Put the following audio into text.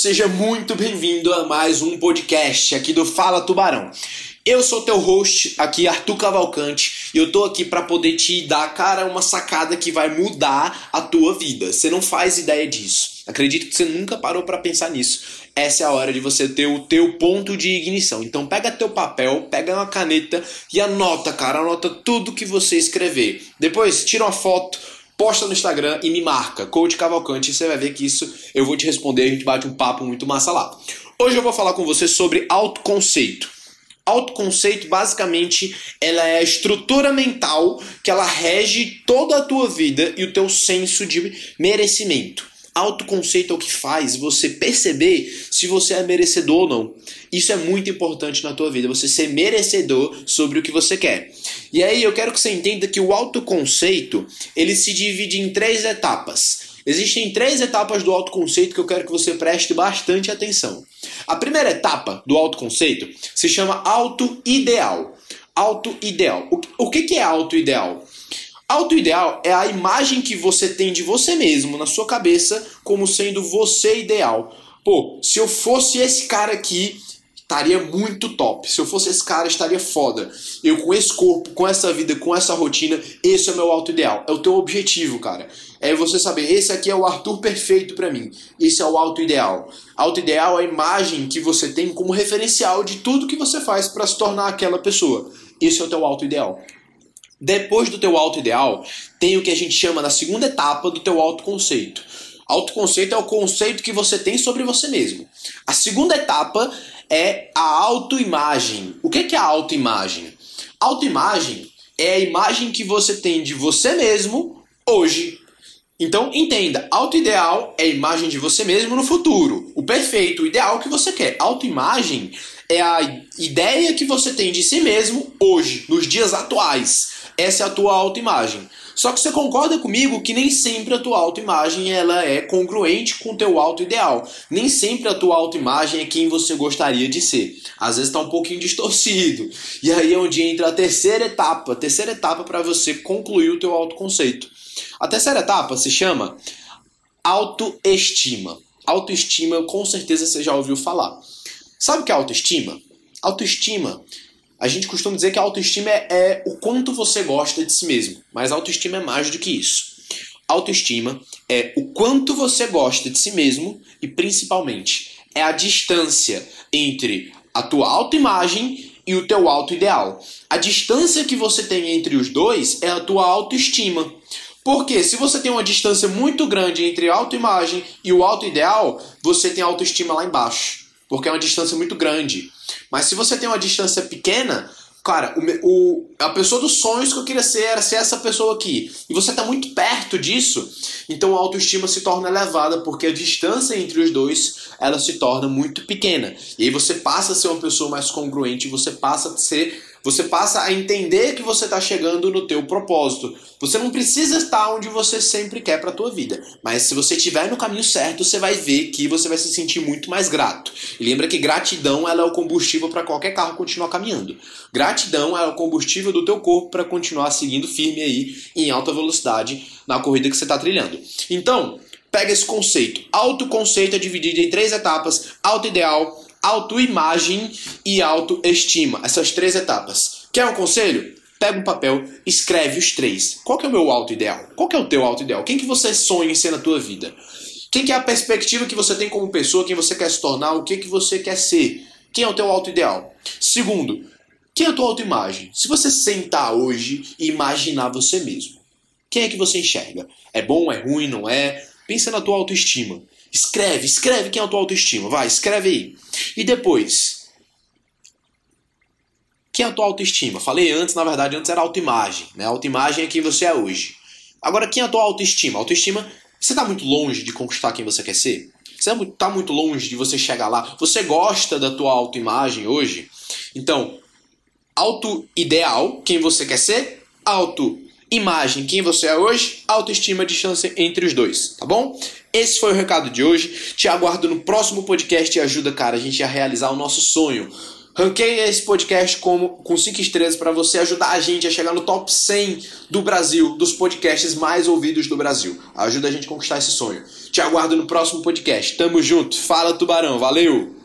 seja muito bem-vindo a mais um podcast aqui do Fala Tubarão. Eu sou teu host aqui, Arthur Cavalcante, e eu tô aqui para poder te dar, cara, uma sacada que vai mudar a tua vida. Você não faz ideia disso. Acredito que você nunca parou para pensar nisso. Essa é a hora de você ter o teu ponto de ignição. Então pega teu papel, pega uma caneta e anota, cara, anota tudo que você escrever. Depois tira uma foto, posta no Instagram e me marca, Coach Cavalcante, e você vai ver que isso eu vou te responder, a gente bate um papo muito massa lá. Hoje eu vou falar com você sobre autoconceito. Autoconceito, basicamente, ela é a estrutura mental que ela rege toda a tua vida e o teu senso de merecimento. Autoconceito é o que faz você perceber se você é merecedor ou não. Isso é muito importante na tua vida, você ser merecedor sobre o que você quer. E aí eu quero que você entenda que o autoconceito, ele se divide em 3 etapas. Existem 3 etapas do autoconceito que eu quero que você preste bastante atenção. A primeira etapa do autoconceito se chama autoideal. Autoideal. O que é autoideal? Autoideal é a imagem que você tem de você mesmo na sua cabeça como sendo você ideal. Pô, se eu fosse esse cara aqui, estaria muito top. Se eu fosse esse cara, estaria foda. Eu com esse corpo, com essa vida, com essa rotina, esse é o meu autoideal. É o teu objetivo, cara. É você saber, esse aqui é o Arthur perfeito pra mim. Esse é o autoideal. Autoideal é a imagem que você tem como referencial de tudo que você faz para se tornar aquela pessoa. Esse é o teu autoideal. Depois do teu autoideal, tem o que a gente chama da segunda etapa do teu autoconceito. Autoconceito é o conceito que você tem sobre você mesmo. A segunda etapa é a autoimagem. O que é a autoimagem? Autoimagem é a imagem que você tem de você mesmo hoje. Então, entenda, autoideal é a imagem de você mesmo no futuro. O perfeito, o ideal que você quer. Autoimagem é a ideia que você tem de si mesmo hoje, nos dias atuais. Essa é a tua autoimagem. Só que você concorda comigo que nem sempre a tua autoimagem ela é congruente com o teu autoideal. Nem sempre a tua autoimagem é quem você gostaria de ser. Às vezes está um pouquinho distorcido. E aí é onde entra a terceira etapa para você concluir o teu autoconceito. A terceira etapa se chama autoestima. Autoestima, com certeza você já ouviu falar. Sabe o que é autoestima? Autoestima, a gente costuma dizer que a autoestima é o quanto você gosta de si mesmo. Mas a autoestima é mais do que isso. Autoestima é o quanto você gosta de si mesmo e, principalmente, é a distância entre a tua autoimagem e o teu autoideal. A distância que você tem entre os dois é a tua autoestima. Porque se você tem uma distância muito grande entre a autoimagem e o autoideal, você tem a autoestima lá embaixo. Porque é uma distância muito grande. Mas se você tem uma distância pequena, cara, a pessoa dos sonhos que eu queria ser era ser essa pessoa aqui. E você está muito perto disso, então a autoestima se torna elevada, porque a distância entre os dois, ela se torna muito pequena. E aí você passa a ser uma pessoa mais congruente, você passa a entender que você está chegando no teu propósito. Você não precisa estar onde você sempre quer para a tua vida. Mas se você estiver no caminho certo, você vai ver que você vai se sentir muito mais grato. E lembra que gratidão ela é o combustível para qualquer carro continuar caminhando. Gratidão é o combustível do teu corpo para continuar seguindo firme aí em alta velocidade na corrida que você está trilhando. Então, pega esse conceito. Autoconceito é dividido em 3 etapas. Autoideal, autoimagem e autoestima. Essas 3 etapas. Quer um conselho? Pega um papel, escreve os 3. Qual que é o meu autoideal? Qual que é o teu autoideal? Quem que você sonha em ser na tua vida? Quem que é a perspectiva que você tem como pessoa? Quem você quer se tornar? O que que você quer ser? Quem é o teu autoideal? Segundo, quem é a tua autoimagem? Se você sentar hoje e imaginar você mesmo, quem é que você enxerga? É bom, é ruim, não é? Pensa na tua autoestima. Escreve quem é a tua autoestima. Vai, escreve aí. E depois, quem é a tua autoestima? Falei antes, na verdade, antes era autoimagem, né? Autoimagem é quem você é hoje. Agora, quem é a tua autoestima? Autoestima, você está muito longe de conquistar quem você quer ser? Você está muito longe de você chegar lá? Você gosta da tua autoimagem hoje? Então, autoideal, quem você quer ser? Autoimagem, quem você é hoje? Autoestima, distância entre os dois, tá bom? Esse foi o recado de hoje. Te aguardo no próximo podcast e ajuda, cara, a gente a realizar o nosso sonho. Ranqueia esse podcast com 5 estrelas para você ajudar a gente a chegar no top 100 do Brasil, dos podcasts mais ouvidos do Brasil. Ajuda a gente a conquistar esse sonho. Te aguardo no próximo podcast. Tamo junto. Fala, Tubarão. Valeu!